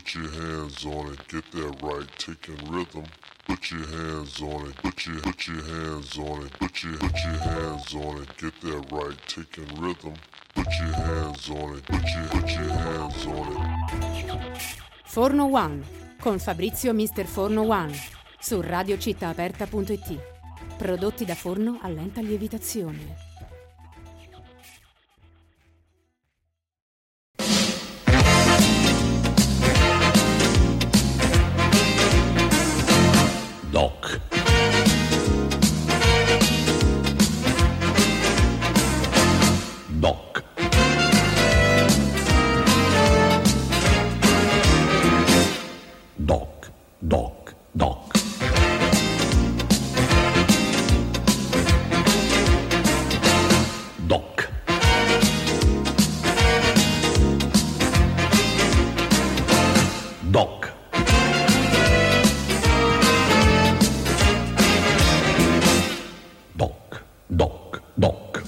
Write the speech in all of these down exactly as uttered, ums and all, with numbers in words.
Put your hands on it, get that right, taking rhythm. Put your hands on it, put your put your hands on it, put your put your hands on it, get that right, taking rhythm. Put your hands on it, put your put your hands on it. Forno One con Fabrizio mister Forno One su radio città aperta punto it. Prodotti da forno a lenta lievitazione. Doc. Doc. Doc. Doc. Doc. Doc. Doc. Doc, doc, doc.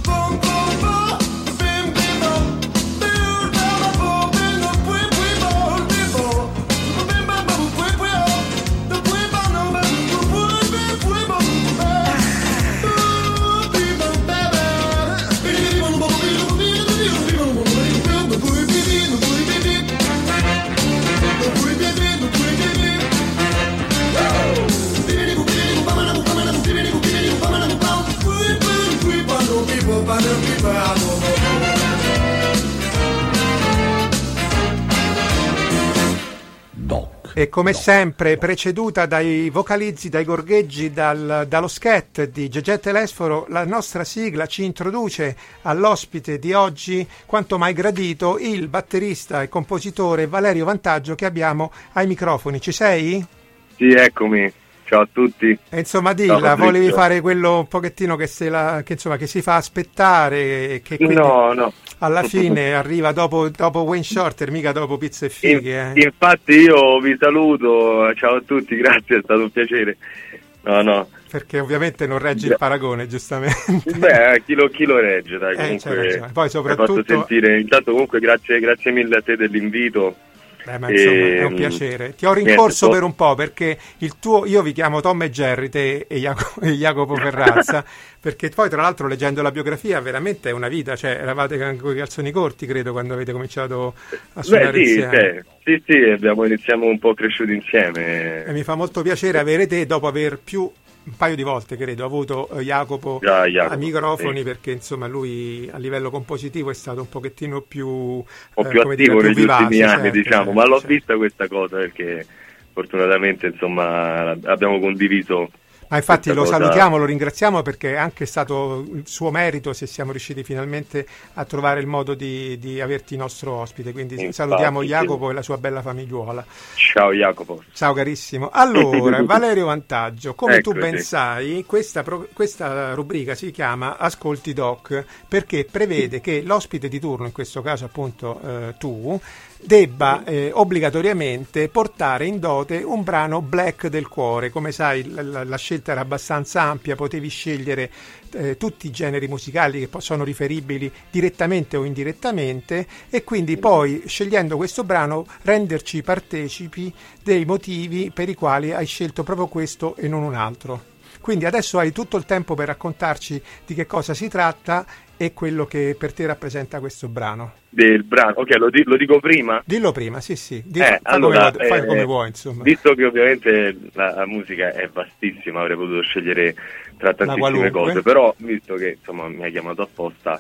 E come sempre preceduta dai vocalizzi, dai gorgheggi, dal, dallo scat di Gegè Telesforo, la nostra sigla ci introduce all'ospite di oggi, quanto mai gradito, il batterista e compositore Valerio Vantaggio, che abbiamo ai microfoni. Ci sei? Sì, eccomi. Ciao a tutti. E insomma, dilla, volevi fare quello un pochettino che, se la, che, insomma, che si fa aspettare, che quindi no, no. alla fine arriva dopo, dopo Wayne Shorter, mica dopo Pizza e Fighe. In, eh. Infatti io vi saluto, ciao a tutti, grazie, è stato un piacere. No, no. Perché ovviamente non reggi il paragone, giustamente. Beh, chi lo, chi lo regge, dai, eh, comunque. Poi soprattutto... Mi ha fatto sentire, intanto comunque grazie, grazie mille a te dell'invito. Beh, ma insomma, e, è un piacere. Ti ho rincorso niente, per un po' perché il tuo, io vi chiamo Tom e Jerry, te e, Jacopo, e Jacopo Ferrazza, perché poi tra l'altro leggendo la biografia veramente è una vita, cioè eravate con i calzoni corti credo quando avete cominciato a suonare Beh, sì, insieme. Sì, sì, abbiamo iniziamo un po' cresciuti insieme. E mi fa molto piacere avere te dopo aver più un paio di volte credo avuto uh, Jacopo, Già, Jacopo ai microfoni, sì. Perché insomma lui a livello compositivo è stato un pochettino più un po' eh, più come attivo dire, negli più vivace, ultimi anni, certo, diciamo, certo, ma l'ho certo. vista questa cosa perché fortunatamente insomma abbiamo condiviso. Ma infatti lo cosa... salutiamo, lo ringraziamo perché è anche stato il suo merito se siamo riusciti finalmente a trovare il modo di, di averti nostro ospite, quindi infatti, salutiamo Jacopo sì. e la sua bella famigliuola. Ciao Jacopo. Ciao carissimo. Allora, Valerio Vantaggio, come ecco, tu ben sì. sai, questa, pro, questa rubrica si chiama Ascolti Doc perché prevede che l'ospite di turno, in questo caso appunto eh, tu, debba eh, obbligatoriamente portare in dote un brano black del cuore. Come sai la, la scelta era abbastanza ampia, potevi scegliere eh, tutti i generi musicali che sono riferibili direttamente o indirettamente e quindi poi scegliendo questo brano renderci partecipi dei motivi per i quali hai scelto proprio questo e non un altro. Quindi adesso hai tutto il tempo per raccontarci di che cosa si tratta e quello che per te rappresenta questo brano. Del brano, ok, lo, di- lo dico prima? Dillo prima, sì sì, Dillo, eh, fai, allora, come, fai eh, come vuoi insomma. Visto che ovviamente la, la musica è vastissima, avrei potuto scegliere tra tantissime cose, però visto che insomma mi hai chiamato apposta,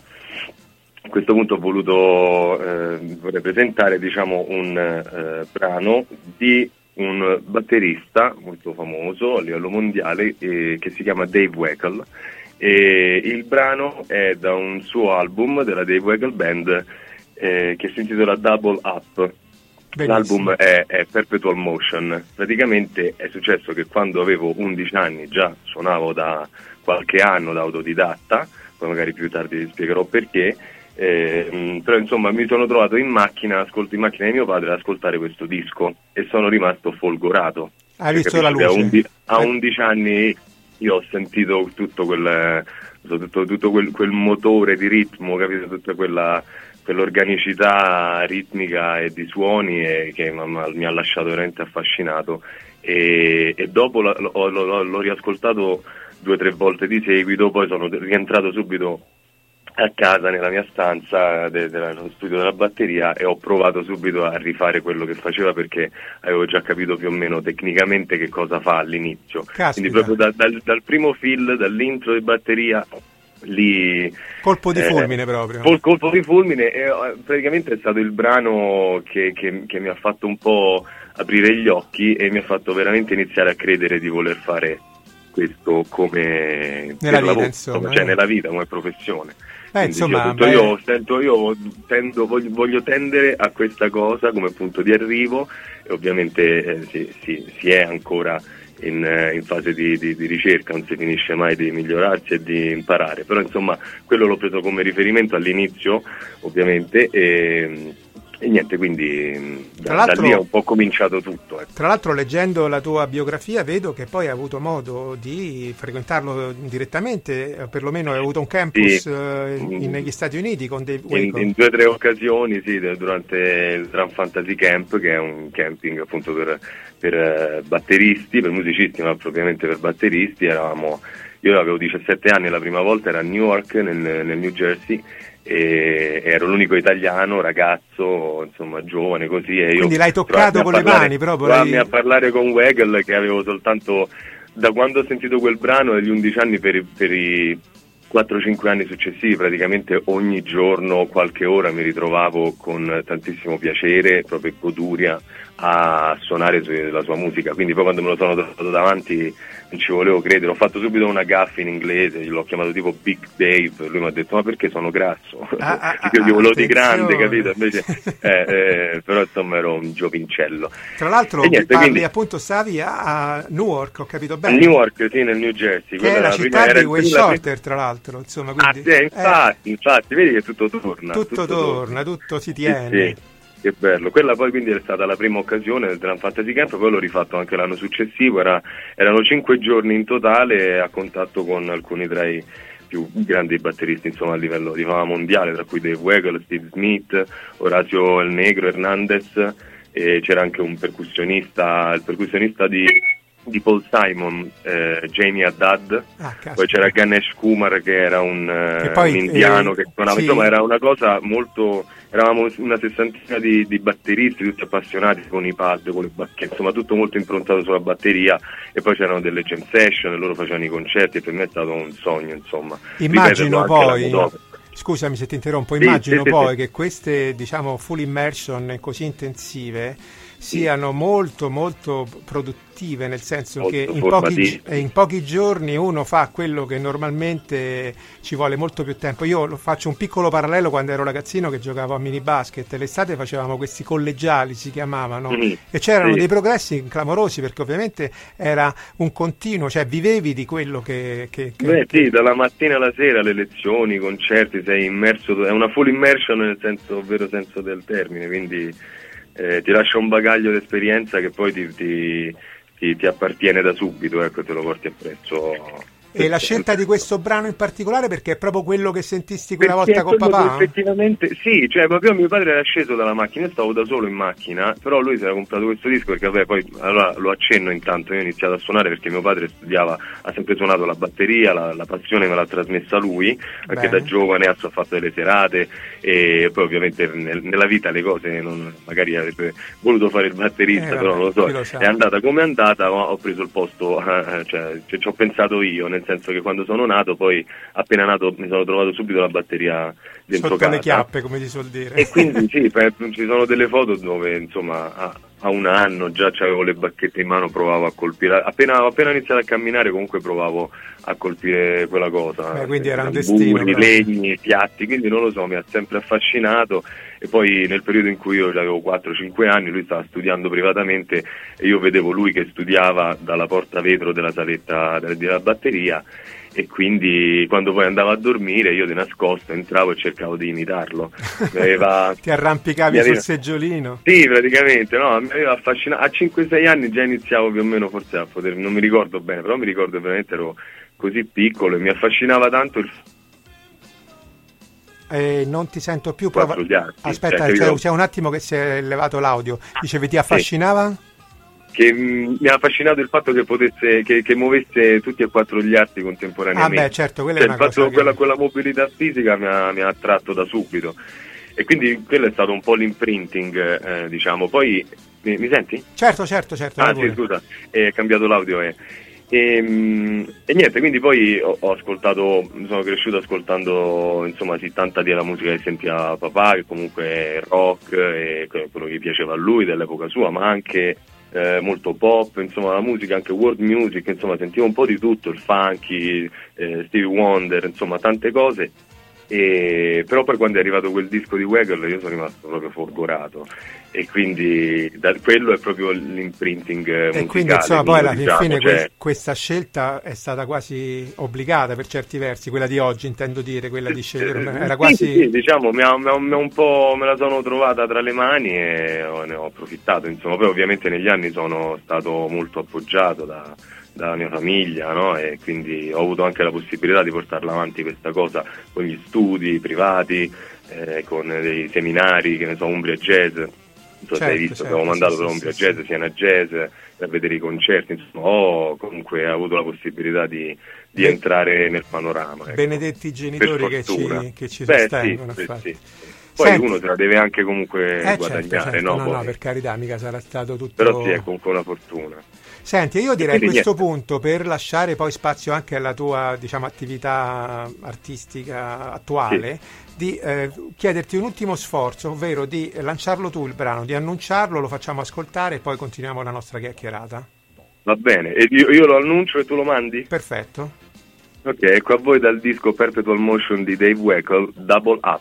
a questo punto ho voluto eh, vorrei presentare diciamo un eh, brano di un batterista molto famoso a livello mondiale eh, che si chiama Dave Weckl. E il brano è da un suo album della Dave Weckl Band eh, che si intitola Double Up. Benissimo. L'album è, è Perpetual Motion. Praticamente è successo che quando avevo undici anni, già suonavo da qualche anno da autodidatta, poi magari più tardi vi spiegherò perché, eh, però insomma mi sono trovato in macchina, ascolto in macchina di mio padre ad ascoltare questo disco e sono rimasto folgorato. Hai visto la luce? A, undi- a undici anni io ho sentito tutto quel tutto, tutto quel, quel motore di ritmo, capito? Tutta quella quell'organicità ritmica e di suoni e che mi ha lasciato veramente affascinato, e, e dopo la, l'ho, l'ho, l'ho riascoltato due o tre volte di seguito, poi sono rientrato subito a casa nella mia stanza de, de, nello studio della batteria e ho provato subito a rifare quello che faceva, perché avevo già capito più o meno tecnicamente che cosa fa all'inizio. Caspita. Quindi proprio da, dal, dal primo fill, dall'intro di batteria, lì colpo di fulmine eh, proprio col, colpo di fulmine e praticamente è stato il brano che, che, che mi ha fatto un po' aprire gli occhi e mi ha fatto veramente iniziare a credere di voler fare questo come nella vita, lavoro, insomma, cioè eh. nella vita come professione. Eh, insomma, detto, io, sento, io tendo, voglio, voglio tendere a questa cosa come punto di arrivo, e ovviamente eh, si, si, si è ancora in, in fase di, di, di ricerca, non si finisce mai di migliorarsi e di imparare, però insomma quello l'ho preso come riferimento all'inizio ovviamente, e, e niente, quindi da, da lì è un po' cominciato tutto. Ecco. Tra l'altro, leggendo la tua biografia vedo che poi hai avuto modo di frequentarlo direttamente, perlomeno hai avuto un campus sì. uh, negli Stati Uniti con Dave Waco. In, in due o tre occasioni, sì, durante il Drum Fantasy Camp, che è un camping appunto per, per uh, batteristi, per musicisti, ma propriamente per batteristi. Eravamo, io avevo diciassette anni la prima volta, era a Newark, nel, nel New Jersey, e ero l'unico italiano, ragazzo, insomma giovane così, e io quindi l'hai toccato con parlare, le mani proprio? Provammi l'hai... a parlare con Wegel, che avevo soltanto, da quando ho sentito quel brano negli undici anni, per i, per i quattro cinque anni successivi, praticamente ogni giorno qualche ora mi ritrovavo con tantissimo piacere, proprio goduria, a suonare su, la sua musica. Quindi poi quando me lo sono trovato davanti non ci volevo credere, ho fatto subito una gaffa in inglese, l'ho chiamato tipo Big Dave, lui mi ha detto ma perché sono grasso? Ah, ah, io gli volevo attenzione. Di grande, capito? Invece, eh, eh, però insomma ero un giovincello. Tra l'altro niente, parli, quindi, appunto stavi a Newark, ho capito bene? A Newark, sì, nel New Jersey. Che è la città prima, di Wayne Shorter, tra l'altro. Insomma, quindi, ah sì, infatti, eh, infatti, vedi che tutto torna. Tutto, tutto torna, torna, tutto si tiene. Sì, sì. Che bello, quella poi quindi è stata la prima occasione del Drum Fantasy Camp, poi l'ho rifatto anche l'anno successivo, era, erano cinque giorni in totale a contatto con alcuni tra i più grandi batteristi insomma a livello di fama mondiale, tra cui Dave Weigel, Steve Smith, Orazio El Negro, Hernandez, e c'era anche un percussionista, il percussionista di, di Paul Simon, eh, Jamie Haddad, ah, poi c'era Ganesh Kumar che era un, che poi, un indiano eh, che suonava, sì. Insomma era una cosa molto... Eravamo una sessantina di, di batteristi, tutti appassionati con i pad, con le bacchette, insomma tutto molto improntato sulla batteria, e poi c'erano delle jam session e loro facevano i concerti, e per me è stato un sogno, insomma. Immagino poi, scusami se ti interrompo, sì, immagino sì, poi sì, che queste, diciamo, full immersion così intensive siano molto molto produttive, nel senso molto che in pochi, in pochi giorni uno fa quello che normalmente ci vuole molto più tempo. Io lo faccio un piccolo parallelo: quando ero ragazzino che giocavo a mini basket, l'estate facevamo questi collegiali, si chiamavano, mm-hmm. e c'erano sì. dei progressi clamorosi, perché ovviamente era un continuo, cioè vivevi di quello che... che, che Beh che... sì, dalla mattina alla sera, le lezioni, i concerti, sei immerso, è una full immersion nel senso, vero senso del termine, quindi... Eh, ti lascia un bagaglio di esperienza che poi ti, ti, ti, ti appartiene da subito, ecco, te lo porti appresso. E la scelta di questo brano in particolare perché è proprio quello che sentisti quella perché volta con papà? Effettivamente sì, cioè proprio mio padre era sceso dalla macchina, io stavo da solo in macchina, però lui si era comprato questo disco perché vabbè, poi allora lo accenno intanto, io ho iniziato a suonare perché mio padre studiava, ha sempre suonato la batteria, la, la passione me l'ha trasmessa lui, perché Bene. Da giovane ha fatto delle serate, e poi ovviamente nel, nella vita le cose non, magari avrebbe voluto fare il batterista, eh, però non lo so, lo è andata come è andata, ma ho preso il posto, eh, cioè ci ho pensato io, nel senso che quando sono nato, poi appena nato mi sono trovato subito la batteria dentro sotto casa, le chiappe, come si suol dire, e quindi sì, ci sono delle foto dove insomma a, a un anno già avevo le bacchette in mano, provavo a colpire, appena appena iniziato a camminare comunque provavo a colpire quella cosa. Beh, quindi era un destino, i legni, i piatti, quindi non lo so, mi ha sempre affascinato. E poi nel periodo in cui io avevo quattro cinque anni, lui stava studiando privatamente e io vedevo lui che studiava dalla porta vetro della saletta della batteria, e quindi quando poi andavo a dormire io di nascosto entravo e cercavo di imitarlo. Mi aveva... Ti arrampicavi mi aveva... sul seggiolino? Sì, praticamente, no, mi aveva affascinato. A cinque sei anni già iniziavo più o meno forse a poter, non mi ricordo bene, però mi ricordo veramente ero così piccolo e mi affascinava tanto il Eh, non ti sento più. Prova... Arti, Aspetta, cioè, c'è, c'è un attimo che si è levato l'audio. Dicevi ti affascinava? Sì. Che mh, mi ha affascinato il fatto che potesse che, che muovesse tutti e quattro gli arti contemporaneamente. Ah beh, certo, quella cioè, è una il fatto, cosa quella, che... quella mobilità fisica mi ha, mi ha attratto da subito, e quindi quello è stato un po' l'imprinting, eh, diciamo. Poi mi, mi senti? Certo, certo, certo. Ah sì, scusa, è cambiato l'audio. Eh. E, mh, e niente, quindi poi ho, ho ascoltato, sono cresciuto ascoltando, insomma, sì, tanta della musica che sentiva papà, che comunque è rock e quello che piaceva a lui dell'epoca sua, ma anche Eh, molto pop, insomma la musica, anche world music, insomma sentivo un po' di tutto, il funky, eh, Stevie Wonder, insomma tante cose, e però poi quando è arrivato quel disco di Weigel io sono rimasto proprio folgorato, e quindi da, quello è proprio l'imprinting musicale. E quindi insomma poi alla diciamo, fine cioè... questa scelta è stata quasi obbligata per certi versi, quella di oggi intendo dire, quella di scegliere, era quasi... Sì, sì, diciamo mi ha, mi ha, mi ha un po', me la sono trovata tra le mani e ne ho approfittato, insomma. Poi ovviamente negli anni sono stato molto appoggiato da dalla mia famiglia, no? E quindi ho avuto anche la possibilità di portarla avanti questa cosa con gli studi privati, eh, con dei seminari, che ne so, Umbria Jazz, non so certo, se hai visto, certo, avevo mandato sì, per Umbria sì, Jazz, sì. Siena Jazz, per vedere i concerti, insomma ho comunque avuto la possibilità di, di Beh, entrare nel panorama. Ecco. Benedetti i genitori che ci, che ci Beh, sostengono. Sì, sì, sì. Poi Senti, uno se la deve anche comunque eh, guadagnare, certo, certo. no? No, Poi. no, per carità, mica sarà stato tutto... Però sì, è comunque una fortuna. Senti, io direi a questo niente. punto, per lasciare poi spazio anche alla tua, diciamo, attività artistica attuale, sì. di eh, chiederti un ultimo sforzo, ovvero di lanciarlo tu il brano, di annunciarlo, lo facciamo ascoltare e poi continuiamo la nostra chiacchierata. Va bene, e io, io lo annuncio e tu lo mandi? Perfetto. Ok, ecco a voi dal disco Perpetual Motion di Dave Weckl, Double Up.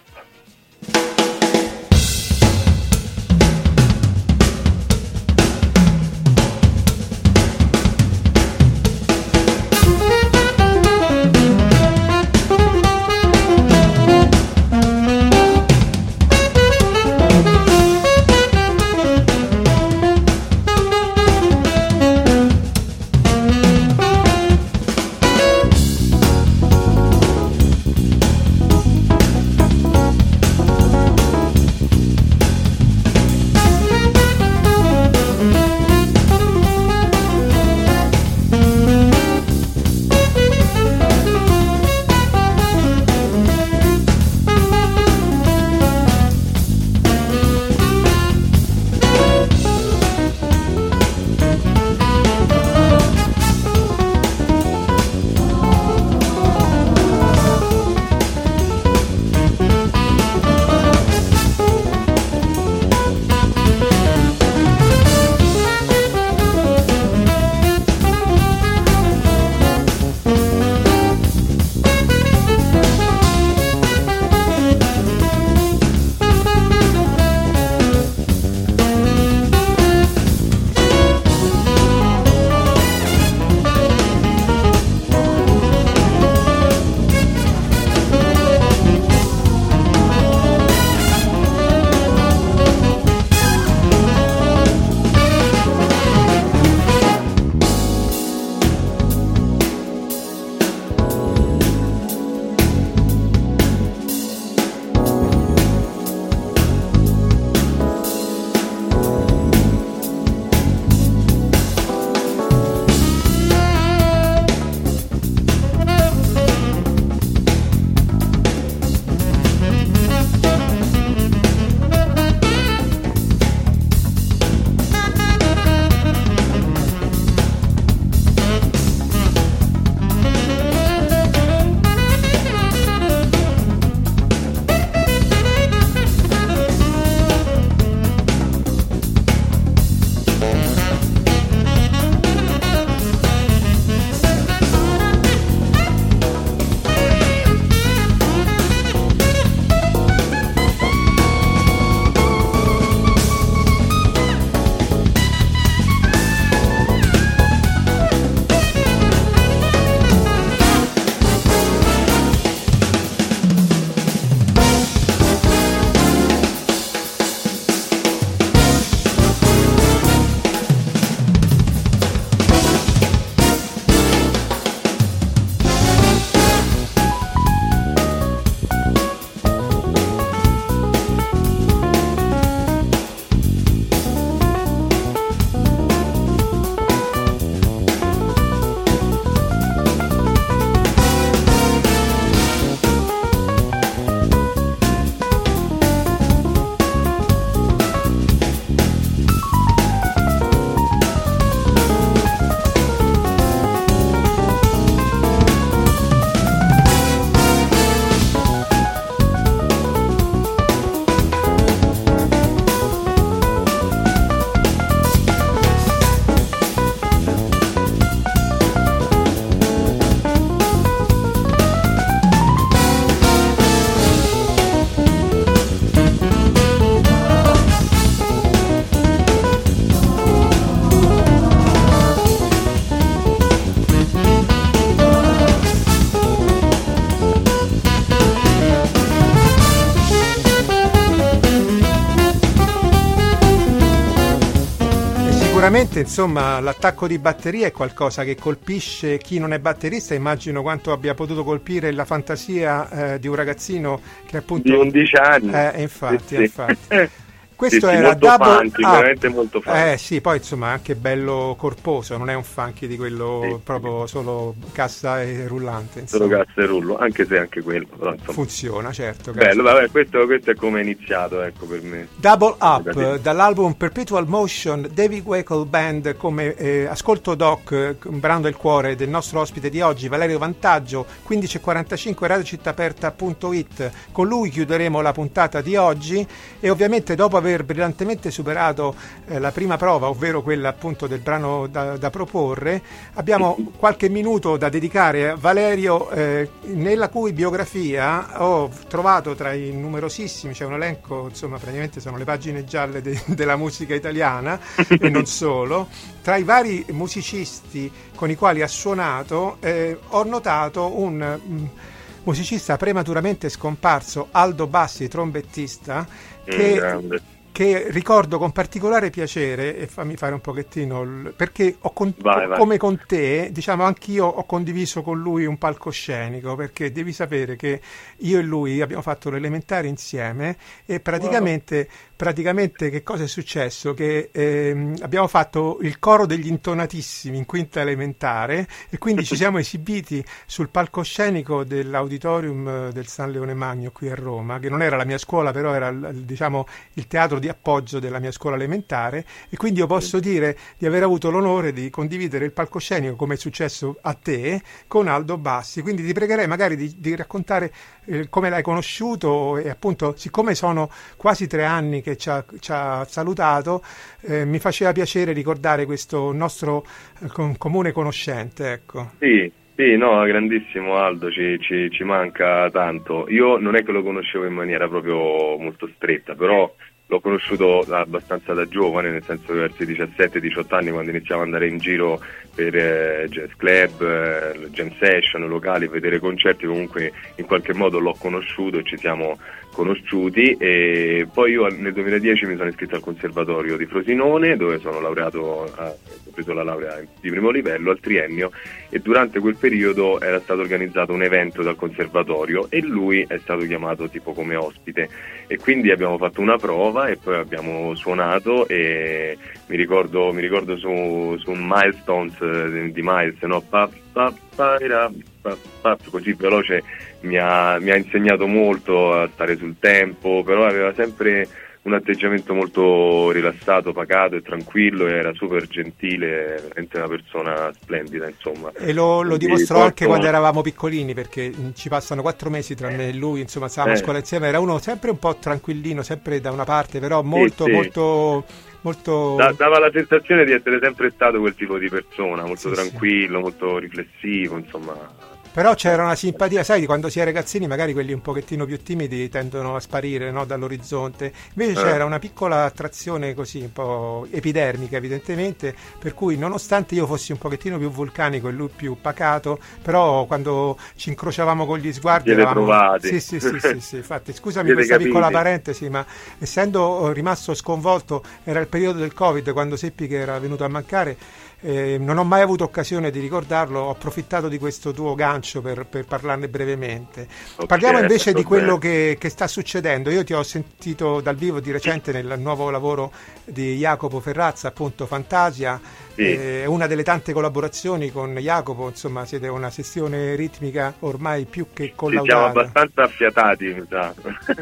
Sicuramente, insomma, l'attacco di batteria è qualcosa che colpisce chi non è batterista. Immagino quanto abbia potuto colpire la fantasia eh, di un ragazzino che appunto di undici anni. Eh, infatti, sì, sì. infatti. Questo sì, sì, era molto Double funky, Up. veramente molto funky. Eh sì, poi insomma anche bello corposo, non è un funky di quello sì, proprio sì. solo cassa e rullante. Insomma. Solo cassa e rullo, anche se anche quello. Però, funziona, certo. Bello, vabbè, questo, questo è come è iniziato, ecco, per me. Double Up, dall'album Perpetual Motion, David Weckl Band, come eh, Ascolto Doc, un brano del cuore del nostro ospite di oggi, Valerio Vantaggio, quindici e quarantacinque radio città aperta punto it. Con lui chiuderemo la puntata di oggi e ovviamente dopo aver brillantemente superato eh, la prima prova, ovvero quella appunto del brano da, da proporre, abbiamo qualche minuto da dedicare a Valerio, eh, nella cui biografia ho trovato tra i numerosissimi, c'è un elenco, insomma praticamente sono le pagine gialle de, della musica italiana e non solo, tra i vari musicisti con i quali ha suonato eh, ho notato un mh, musicista prematuramente scomparso, Aldo Bassi, trombettista, che mm, che ricordo con particolare piacere, e fammi fare un pochettino l- perché ho con- vai, vai. come con te, diciamo, anch'io ho condiviso con lui un palcoscenico, perché devi sapere che io e lui abbiamo fatto l'elementare insieme e praticamente wow. praticamente che cosa è successo? Che ehm, abbiamo fatto il coro degli intonatissimi in quinta elementare e quindi ci siamo esibiti sul palcoscenico dell'auditorium del San Leone Magno qui a Roma, che non era la mia scuola, però era diciamo il teatro di appoggio della mia scuola elementare, e quindi io posso dire di aver avuto l'onore di condividere il palcoscenico, come è successo a te, con Aldo Bassi. Quindi ti pregherei magari di, di raccontare eh, come l'hai conosciuto, e appunto siccome sono quasi tre anni che ci ha, ci ha salutato, eh, mi faceva piacere ricordare questo nostro eh, com- comune conoscente, ecco. Sì, sì, no, grandissimo Aldo, ci, ci, ci manca tanto. Io non è che lo conoscevo in maniera proprio molto stretta, però l'ho conosciuto abbastanza da giovane, nel senso che verso i diciassette diciotto anni, quando iniziavo ad andare in giro per eh, jazz club, eh, jam session, locali, vedere concerti, comunque in qualche modo l'ho conosciuto e ci siamo conosciuti. E poi io nel duemiladieci mi sono iscritto al Conservatorio di Frosinone, dove sono laureato, eh, ho preso la laurea di primo livello al triennio, e durante quel periodo era stato organizzato un evento dal Conservatorio e lui è stato chiamato tipo come ospite, e quindi abbiamo fatto una prova e poi abbiamo suonato, e mi ricordo mi ricordo su, su un Milestones di Miles, no? Pa, pa, pa, pa, pa, così veloce, mi ha, mi ha insegnato molto a stare sul tempo, però aveva sempre un atteggiamento molto rilassato, pacato e tranquillo, e era super gentile, veramente una persona splendida, insomma. E lo, lo dimostrò porto... anche quando eravamo piccolini, perché ci passano quattro mesi tra me e lui, insomma, stavamo eh. a scuola insieme, era uno sempre un po' tranquillino, sempre da una parte, però molto, sì, sì. molto... molto... Da, dava la sensazione di essere sempre stato quel tipo di persona, molto sì, tranquillo, sì. molto riflessivo, insomma. Però c'era una simpatia, sai, quando si è ragazzini magari quelli un pochettino più timidi tendono a sparire, no, dall'orizzonte, invece eh. c'era una piccola attrazione così, un po' epidermica evidentemente, per cui nonostante io fossi un pochettino più vulcanico e lui più pacato, però quando ci incrociavamo con gli sguardi Siete eravamo... trovati. Sì, sì, sì, sì, sì, infatti scusami Siete questa capiti. piccola parentesi, ma essendo rimasto sconvolto, era il periodo del Covid, quando seppi che era venuto a mancare. Eh, non ho mai avuto occasione di ricordarlo, ho approfittato di questo tuo gancio per, per parlarne brevemente. Okay, parliamo invece di quello che, che sta succedendo. Io ti ho sentito dal vivo di recente nel nuovo lavoro di Jacopo Ferrazza, appunto Fantasia, sì. eh, una delle tante collaborazioni con Jacopo, insomma siete una sessione ritmica ormai più che collaudata. Siamo abbastanza affiatati, mi sa.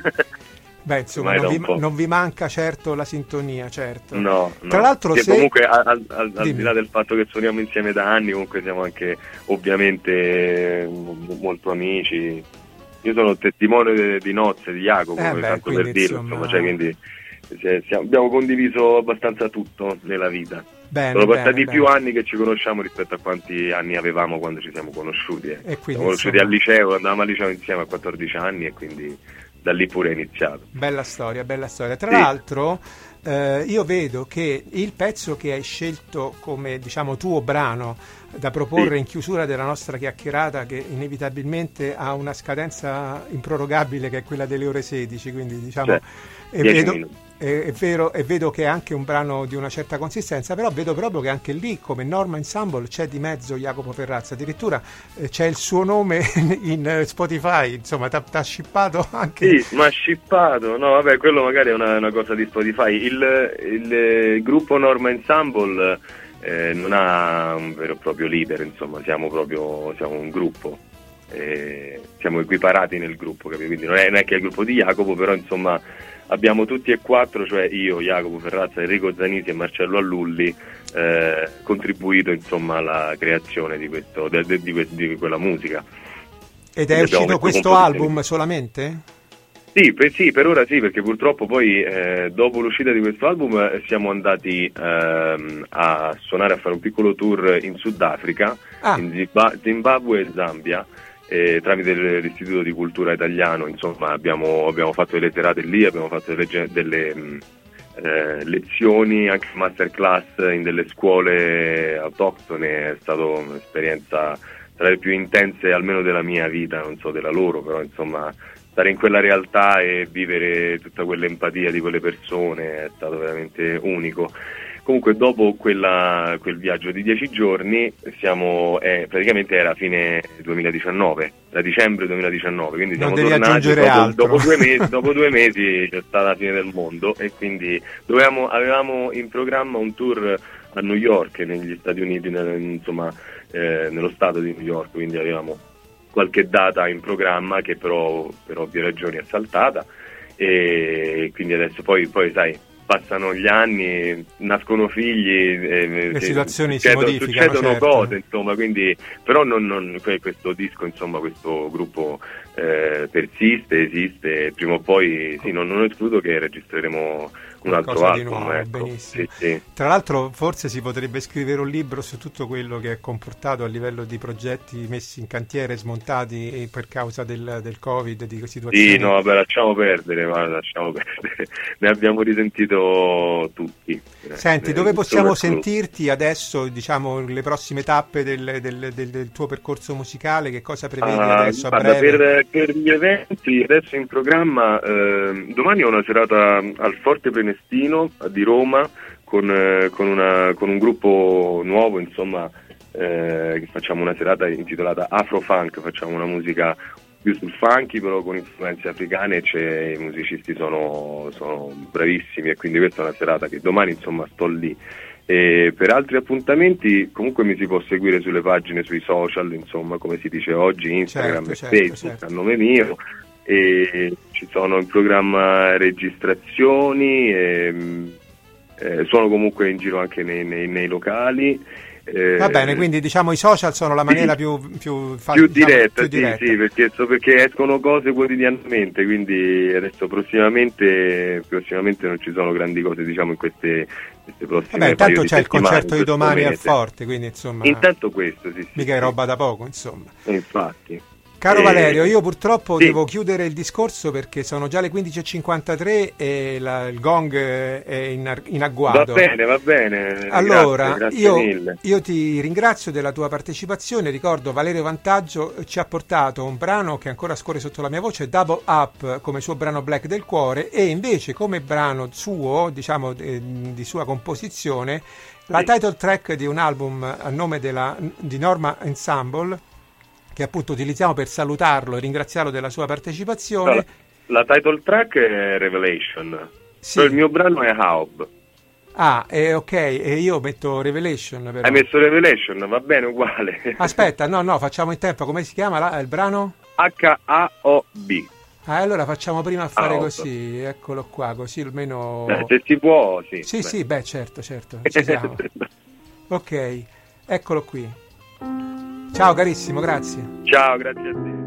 Beh, insomma, non vi, non vi manca certo la sintonia, certo. No, Tra no. l'altro, che se... comunque al, al, al, al di là del fatto che suoniamo insieme da anni, comunque siamo anche ovviamente molto amici. Io sono testimone di nozze di Jacopo, eh beh, tanto per dirlo, insomma... insomma, cioè, quindi se, siamo, abbiamo condiviso abbastanza tutto nella vita. Bene, sono passati bene, più bene. anni che ci conosciamo rispetto a quanti anni avevamo quando ci siamo conosciuti. Eh. E quindi, siamo conosciuti insomma... al liceo, andavamo al liceo insieme a quattordici anni, e quindi da lì pure è iniziato. Bella storia, bella storia. Tra sì. l'altro eh, io vedo che il pezzo che hai scelto come, diciamo, tuo brano da proporre sì. in chiusura della nostra chiacchierata, che inevitabilmente ha una scadenza improrogabile, che è quella delle ore sedici, quindi diciamo... Cioè. E vedo, è, è vero, e vedo che è anche un brano di una certa consistenza, però vedo proprio che anche lì, come Norma Ensemble, c'è di mezzo Jacopo Ferrazza, addirittura eh, c'è il suo nome in Spotify, insomma, ti ha shippato anche. Sì, ma shippato, no vabbè, quello magari è una, una cosa di Spotify. Il, il, il gruppo Norma Ensemble eh, non ha un vero e proprio leader, insomma, siamo proprio siamo un gruppo. Eh, siamo equiparati nel gruppo, capito? Quindi non è, non è che è il gruppo di Jacopo, però insomma abbiamo tutti e quattro, cioè io, Jacopo Ferrazza, Enrico Zanisi e Marcello Allulli, eh, contribuito insomma alla creazione di, questo, de, de, di, di quella musica. Ed è uscito questo album solamente? Sì per, sì, per ora sì, perché purtroppo poi eh, dopo l'uscita di questo album eh, siamo andati ehm, a suonare, a fare un piccolo tour in Sudafrica, ah. in Zimba- Zimbabwe e Zambia. Eh, tramite l'Istituto di Cultura Italiano, insomma abbiamo, abbiamo fatto delle serate lì, abbiamo fatto delle, delle mh, eh, lezioni, anche masterclass in delle scuole autoctone. È stata un'esperienza tra le più intense almeno della mia vita, non so della loro, però insomma stare in quella realtà e vivere tutta quell'empatia di quelle persone è stato veramente unico. Comunque dopo quella, quel viaggio di dieci giorni, siamo eh, praticamente era fine duemiladiciannove, da dicembre duemiladiciannove, quindi non siamo tornati dopo, dopo, due mesi, dopo due mesi c'è stata la fine del mondo e quindi dovevamo, avevamo in programma un tour a New York, negli Stati Uniti, nel, insomma eh, nello stato di New York, quindi avevamo qualche data in programma che però per ovvie ragioni è saltata e quindi adesso poi, poi sai, passano gli anni, nascono figli, eh, le situazioni succedono, si modificano, succedono certo. cose, insomma, quindi però non, non, questo disco, insomma, questo gruppo eh, persiste, esiste, prima o poi sì, non, non escludo che registreremo un altro album, nuovo, ecco. Benissimo. Sì, sì. Tra l'altro forse si potrebbe scrivere un libro su tutto quello che è comportato a livello di progetti messi in cantiere, smontati per causa del, del Covid, di situazioni. Sì, no, vabbè, lasciamo perdere, ma lasciamo perdere. Ne abbiamo risentito tutti. Senti, dove possiamo sentirti adesso, diciamo, le prossime tappe del, del, del, del tuo percorso musicale? Che cosa prevedi ah, adesso a guarda, breve? Per, per gli eventi, adesso in programma, eh, domani ho una serata al Forte Prenestino di Roma con, eh, con, una, con un gruppo nuovo, insomma, eh, che facciamo una serata intitolata Afrofunk, facciamo una musica più sul funky però con influenze africane, c'è, i musicisti sono, sono bravissimi e quindi questa è una serata che domani insomma sto lì. E per altri appuntamenti comunque mi si può seguire sulle pagine, sui social, insomma, come si dice oggi, Instagram certo, e certo, Facebook certo. a nome mio, e ci sono in programma registrazioni e, eh, suono comunque in giro anche nei, nei, nei locali. Eh, Va bene, quindi diciamo i social sono la maniera sì, più più, fa, più, diciamo, diretta, più diretta. Sì, sì, perché, so, perché escono cose quotidianamente, quindi adesso prossimamente prossimamente non ci sono grandi cose, diciamo, in queste, queste prossime. Vabbè, intanto c'è il concerto di domani mese. a Forte, quindi insomma intanto questo sì, sì, mica sì. è roba da poco, insomma. E infatti. Caro eh, Valerio, io purtroppo sì. devo chiudere il discorso perché sono già le quindici e cinquantatré e la, il gong è in, in agguato. Va bene, va bene. Allora, grazie, grazie io, mille. io ti ringrazio della tua partecipazione. Ricordo, Valerio Vantaggio ci ha portato un brano che ancora scorre sotto la mia voce, Double Up, come suo brano Black del Cuore, e invece come brano suo, diciamo eh, di sua composizione, la sì. title track di un album a nome della, di Norma Ensemble, che appunto utilizziamo per salutarlo e ringraziarlo della sua partecipazione. No, la, la title track è Revelation, sì. Però il mio brano è Haub. Ah, eh, ok, e io metto Revelation. Però. Hai messo Revelation, va bene, uguale. Aspetta, no, no, facciamo in tempo. Come si chiama la, il brano? H A O B. Ah, allora facciamo prima a fare Haub. Così, eccolo qua, così almeno... Eh, se si può, sì. Sì, beh. sì, beh, certo, certo, ci siamo. Ok, eccolo qui. Ciao carissimo, grazie. Ciao, grazie a te.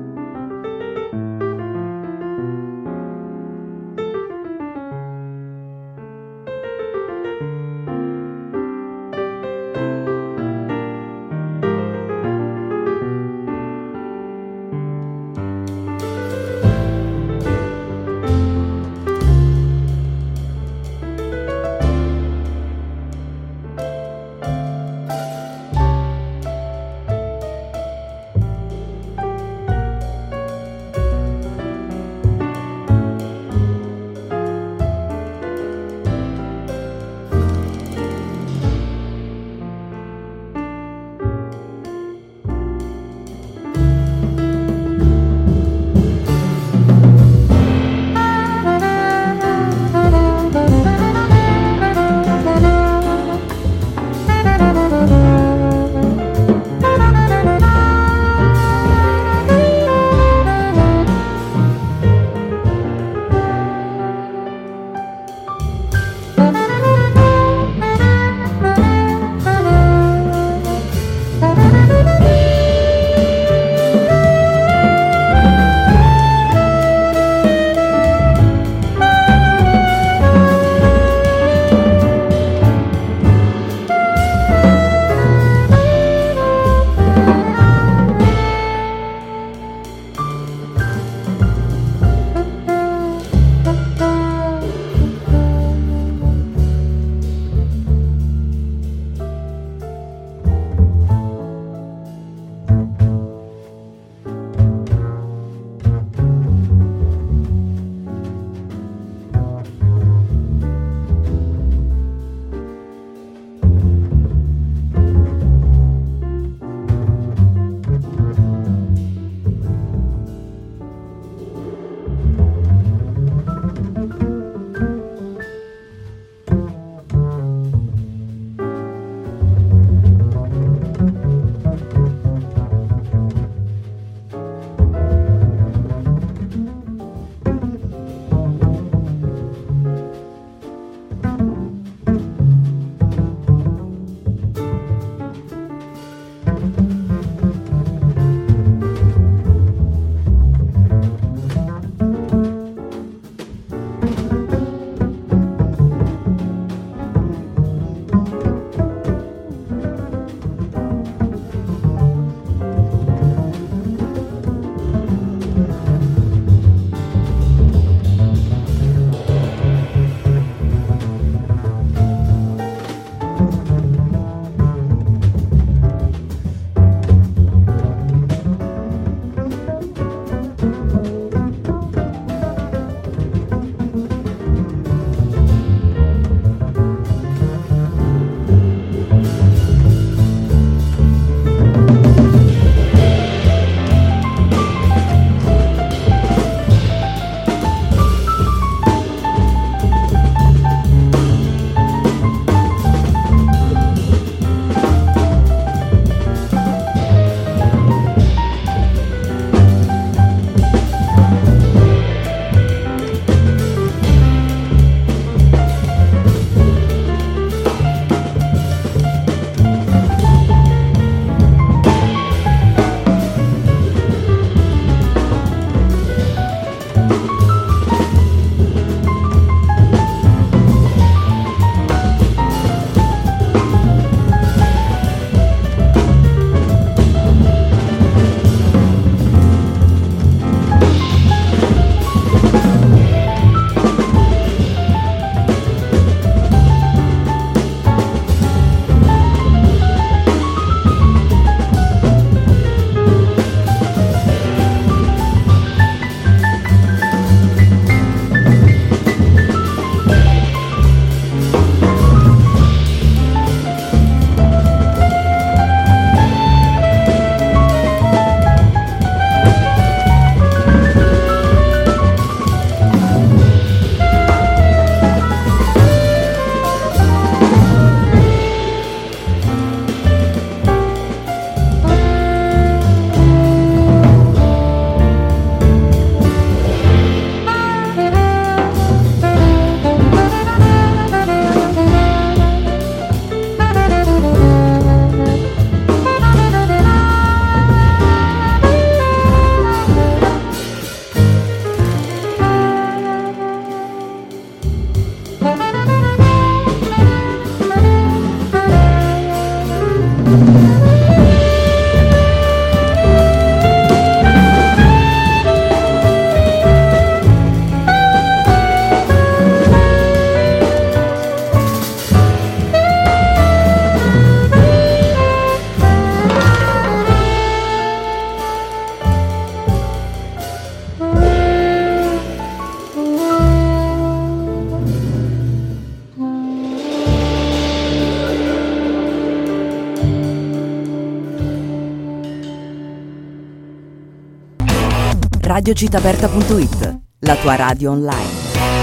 radio città aperta punto it, la tua radio online.